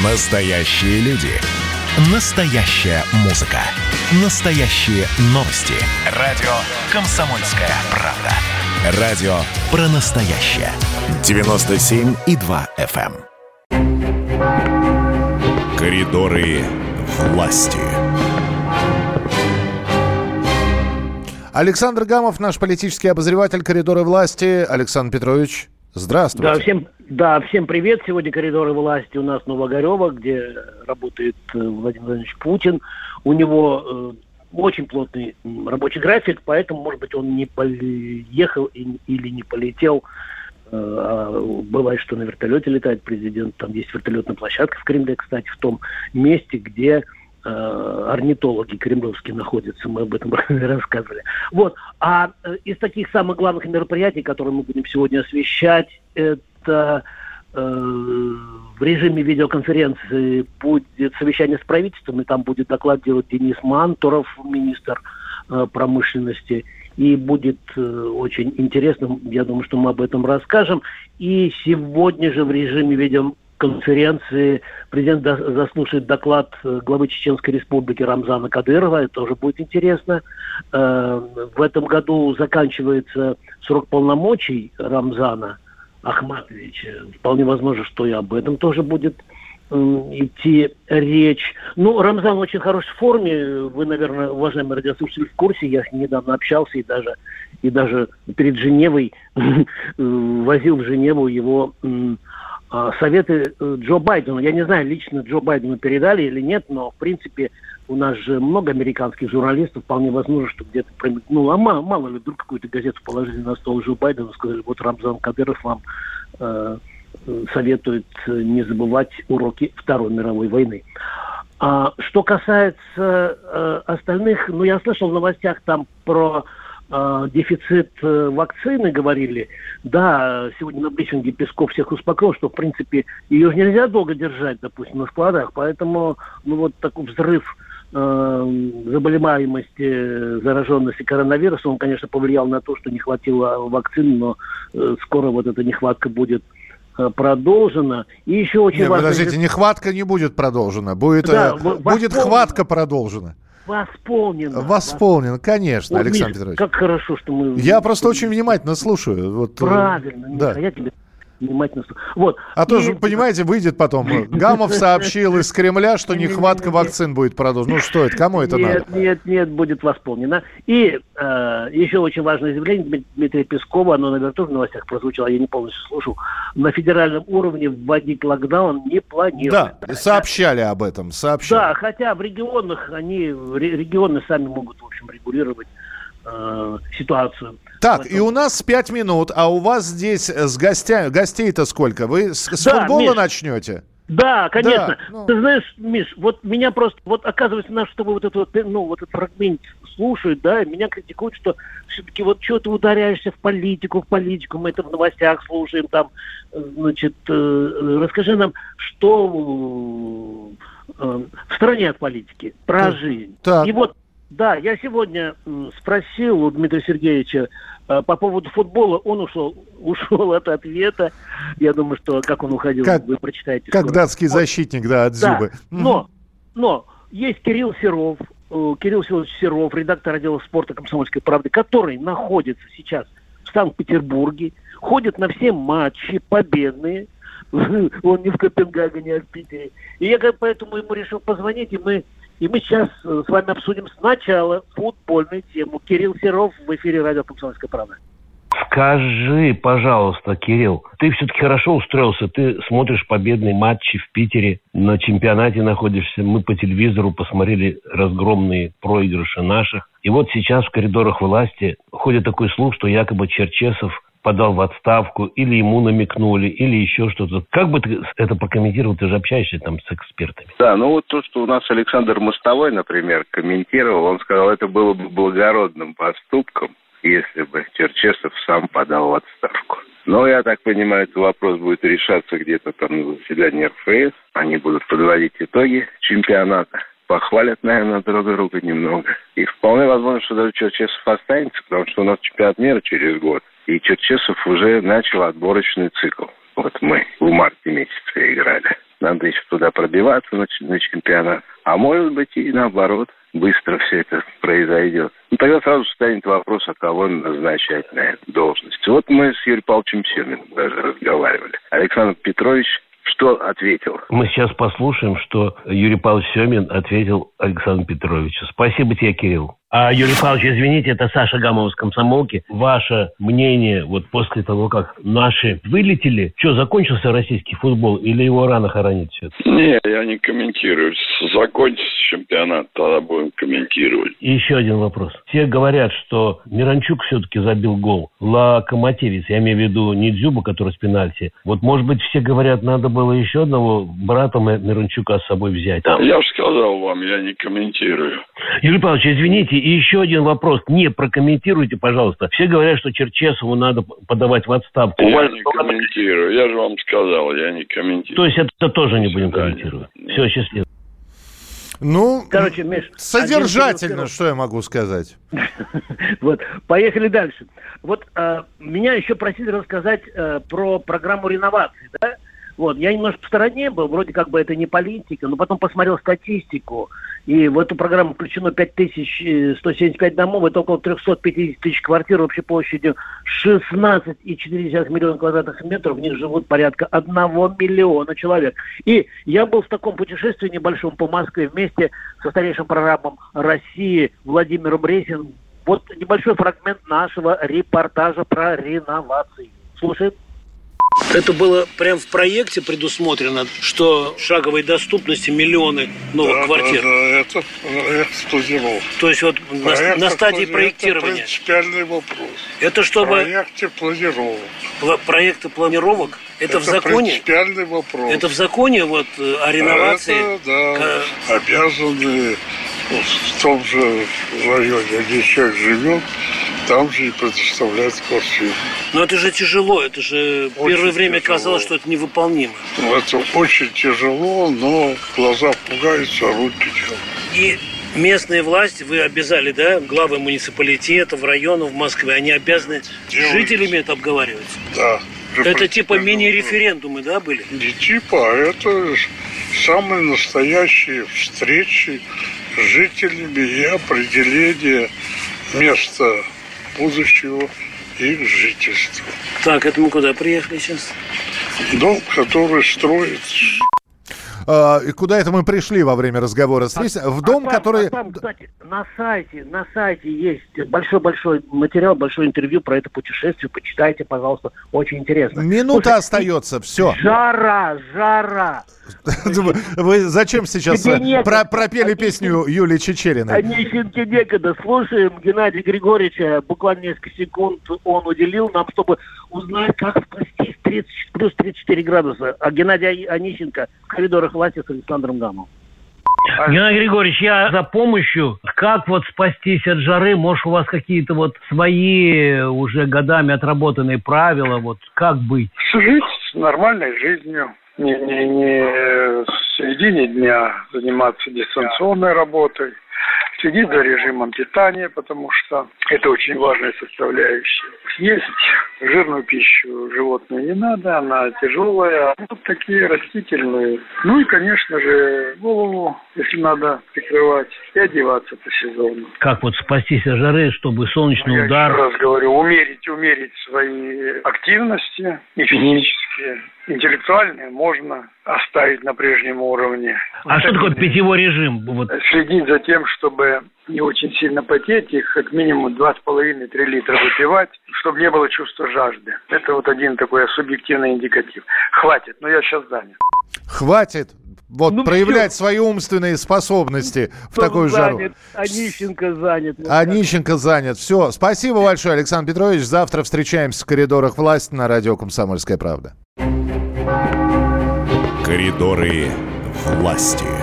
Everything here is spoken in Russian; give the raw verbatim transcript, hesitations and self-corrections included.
Настоящие люди. Настоящая музыка. Настоящие новости. Радио «Комсомольская правда». Радио про настоящее. девяносто семь и два эф эм. Коридоры власти. Александр Гамов, наш политический обозреватель «Коридоры власти». Александр Петрович, здравствуйте. Да, всем, да, всем привет. Сегодня «Коридоры власти» у нас Новогорево, где работает Владимир Владимирович Путин. У него э, очень плотный рабочий график, поэтому, может быть, он не поехал и, или не полетел. Э, бывает, что на вертолете летает президент. Там есть вертолетная площадка в Кремле, кстати, в том месте, где орнитологи кремлевские находятся, мы об этом рассказывали. Вот. А из таких самых главных мероприятий, которые мы будем сегодня освещать, это э, в режиме видеоконференции будет совещание с правительством, и там будет доклад делать Денис Мантуров, министр э, промышленности. И будет э, очень интересно, я думаю, что мы об этом расскажем. И сегодня же в режиме видеоконференции конференции президент заслушает доклад главы Чеченской Республики Рамзана Кадырова. Это тоже будет интересно. В этом году заканчивается срок полномочий Рамзана Ахматовича. Вполне возможно, что и об этом тоже будет идти речь. Ну, Рамзан в очень хорошей форме. Вы, наверное, уважаемые радиослушатели, в курсе. Я с ним недавно общался и даже, и даже перед Женевой возил в Женеву его советы Джо Байдену. Я не знаю, лично Джо Байдену передали или нет, но, в принципе, у нас же много американских журналистов, вполне возможно, что где-то промелькнуло. А мало, мало ли, вдруг какую-то газету положили на стол Джо Байдену, сказали, вот Рамзан Кадыров вам э, советует не забывать уроки Второй мировой войны. А, что касается э, остальных, ну, я слышал в новостях там про дефицит вакцины, говорили. Да, сегодня на брифинге Песков всех успокоил, что, в принципе, ее же нельзя долго держать, допустим, на складах, поэтому, ну, вот такой взрыв э, заболеваемости, зараженности коронавирусом, он, конечно, повлиял на то, что не хватило вакцин, но э, скоро вот эта нехватка будет э, продолжена. И еще очень Нет, важно... Подождите, нехватка не будет продолжена, будет, да, э, будет хватка продолжена. Восполнено. Восполнено, конечно, вот, Александр Миш, Петрович. Как хорошо, что мы... Я просто очень внимательно слушаю. Вот, правильно, да. Миша, я тебе внимательно слушаю. Вот. А и... то же, понимаете, выйдет потом. Гамов сообщил из Кремля, что нехватка вакцин будет продолжена. Ну что это, кому это нет, надо? Нет, нет, будет восполнено. И э, еще очень важное заявление Дмитрия Пескова, оно, наверное, тоже в новостях прозвучало, я не полностью слушал. На федеральном уровне вводить локдаун не планируют. Да, сообщали об этом, сообщали. Да, хотя в регионах они, регионы сами могут, в общем, регулировать э, ситуацию. Так, Поэтому... и у нас пять минут, а у вас здесь с гостя... гостей-то сколько? Вы с, с да, футбола Миш, начнете? Да, конечно. Да, ну... Ты знаешь, Миш, вот меня просто, вот оказывается, наш с тобой вот этот, ну, вот этот фрагмент слушают, да, меня критикуют, что все-таки вот что ты ударяешься в политику, в политику, мы это в новостях слушаем, там, значит, э, расскажи нам, что э, в стороне от политики, про жизнь. Так. И вот, да, я сегодня спросил у Дмитрия Сергеевича по поводу футбола, он ушел, ушел от ответа. Я думаю, что как он уходил, как, вы прочитаете. Как скоро. датский вот. защитник, да, от да. Зюбы. Но, но есть Кирилл Серов, Кирилл Всеволодович Серов, редактор отдела спорта «Комсомольской правды», который находится сейчас в Санкт-Петербурге, ходит на все матчи победные. Он не в Копенгагене, а в Питере. И я поэтому ему решил позвонить, и мы И мы сейчас с вами обсудим сначала футбольную тему. Кирилл Серов в эфире радио «Комсомольская правда». Скажи, пожалуйста, Кирилл, ты все-таки хорошо устроился, ты смотришь победные матчи в Питере, на чемпионате находишься, мы по телевизору посмотрели разгромные проигрыши наших. И вот сейчас в коридорах власти ходит такой слух, что якобы Черчесов подал в отставку, или ему намекнули, или еще что-то. Как бы ты это прокомментировал? Ты же общаешься там с экспертами. Да, ну вот то, что у нас Александр Мостовой, например, комментировал, он сказал, это было бы благородным поступком, если бы Черчесов сам подал в отставку. Но, я так понимаю, этот вопрос будет решаться где-то там на заседании эр эф эс. Они будут подводить итоги чемпионата. Похвалят, наверное, друг друга немного. И вполне возможно, что даже Черчесов останется, потому что у нас чемпионат мира через год. И Черчесов уже начал отборочный цикл. Вот мы в марте месяце играли. надо еще туда пробиваться на, на чемпионат. А может быть и наоборот, быстро все это произойдет. Ну, тогда сразу станет вопрос, а кого назначать на эту должность. Вот мы с Юрием Павловичем Семиным даже разговаривали. Александр Петрович что ответил? Мы сейчас послушаем, что Юрий Павлович Семин ответил Александру Петровичу. Спасибо тебе, Кирилл. А, Юрий Павлович, извините, это Саша Гамова из «Комсомолки». Ваше мнение вот после того, как наши вылетели, что, закончился российский футбол или его рано хоронить все это? Не, я не комментирую. Закончится чемпионат, тогда будем комментировать. И еще один вопрос. Все говорят, что Миранчук все-таки забил гол. Локомотивец, я имею в виду не Дзюба, который с пенальти. Вот, может быть, все говорят, надо было еще одного брата Миранчука с собой взять. Там. Я же сказал вам, я не комментирую. Юрий Павлович, извините, и еще один вопрос. Не прокомментируйте, пожалуйста. Все говорят, что Черчесову надо подавать в отставку. Я не комментирую. Я же вам сказал, я не комментирую. То есть это тоже не будем комментировать. Все, счастливо. Ну, Короче, Миш, содержательно, что я могу сказать. Вот, поехали дальше. Вот э, меня еще просили рассказать э, про программу реновации, да? Вот, я немножко в стороне был, вроде как бы это не политика, но потом посмотрел статистику, и в эту программу включено пять тысяч сто семьдесят пять домов, это около триста пятьдесят тысяч квартир, общей площадью шестнадцать целых четыре десятых миллиона квадратных метров, в них живут порядка одного миллиона человек. И я был в таком путешествии небольшом по Москве вместе со старейшим прорабом России Владимиром Ресиным. Вот небольшой фрагмент нашего репортажа про реновации. Слушаем. Это было прям в проекте предусмотрено, что шаговой доступности миллионы новых да, квартир. Да, да, это проект планировок. То есть вот на, на стадии это проектирования. Это принципиальный вопрос. Это чтобы... В проекте планировок. Пла- проекты планировок? Это, это в законе? Принципиальный вопрос. Это в законе вот о реновации? Это, да, к... обязаны в том же районе, где человек живет, там же и предоставляют квартиру. Но это же тяжело, это же в первое время тяжело. Казалось, что это невыполнимо. Ну, это очень тяжело, но глаза пугаются, а руки делают. И местные власти, вы обязали, да, главы муниципалитетов, районов в Москве, они обязаны с жителями это обговаривать? Да. Это типа мини-референдумы, да, были? Не типа, а это самые настоящие встречи с жителями и определение места будущего их жительства. Так, это мы куда приехали сейчас? Дом, который строит... И куда это мы пришли во время разговора с Ресиным? В дом, а там, который... А там, кстати, на сайте, на сайте есть большой-большой материал, большое интервью про это путешествие. Почитайте, пожалуйста, очень интересно. Минута Слушай, остается, все. Жара, жара. Вы зачем сейчас про, пропели песню Юлии Чечериной? Онищенке некогда. Слушаем Геннадия Григорьевича. Буквально несколько секунд он уделил нам, чтобы узнать, как спастись тридцать плюс тридцать четыре градуса. А Геннадий Онищенко в коридорах власти с Александром Гамовым. Геннадий Григорьевич, я за помощью. Как вот спастись от жары? Может, у вас какие-то вот свои уже годами отработанные правила? Вот как быть? Жить нормальной жизнью. Не, не, не в середине дня заниматься дистанционной работой. Следить за режимом питания, потому что это очень важная составляющая. Есть жирную пищу животным не надо, она тяжелая. Вот такие растительные. Ну и, конечно же, голову, если надо, прикрывать и одеваться по сезону. Как вот спастись от жары, чтобы солнечный Я удар... Я еще раз говорю, умерить, умерить свои активности и физические. Интеллектуальные можно оставить на прежнем уровне. А вот что такое питьевой режим? Вот. Следить за тем, чтобы не очень сильно потеть, их как минимум два с половиной - три литра выпивать, чтобы не было чувства жажды. Это вот один такой субъективный индикатив. Хватит, но я сейчас занят. Хватит вот ну, проявлять все. Свои умственные способности в Кто такую занят? жару. Онищенко занят. Онищенко занят. Все. Спасибо большое, Александр Петрович. Завтра встречаемся в коридорах власти на радио «Комсомольская правда». Коридоры власти.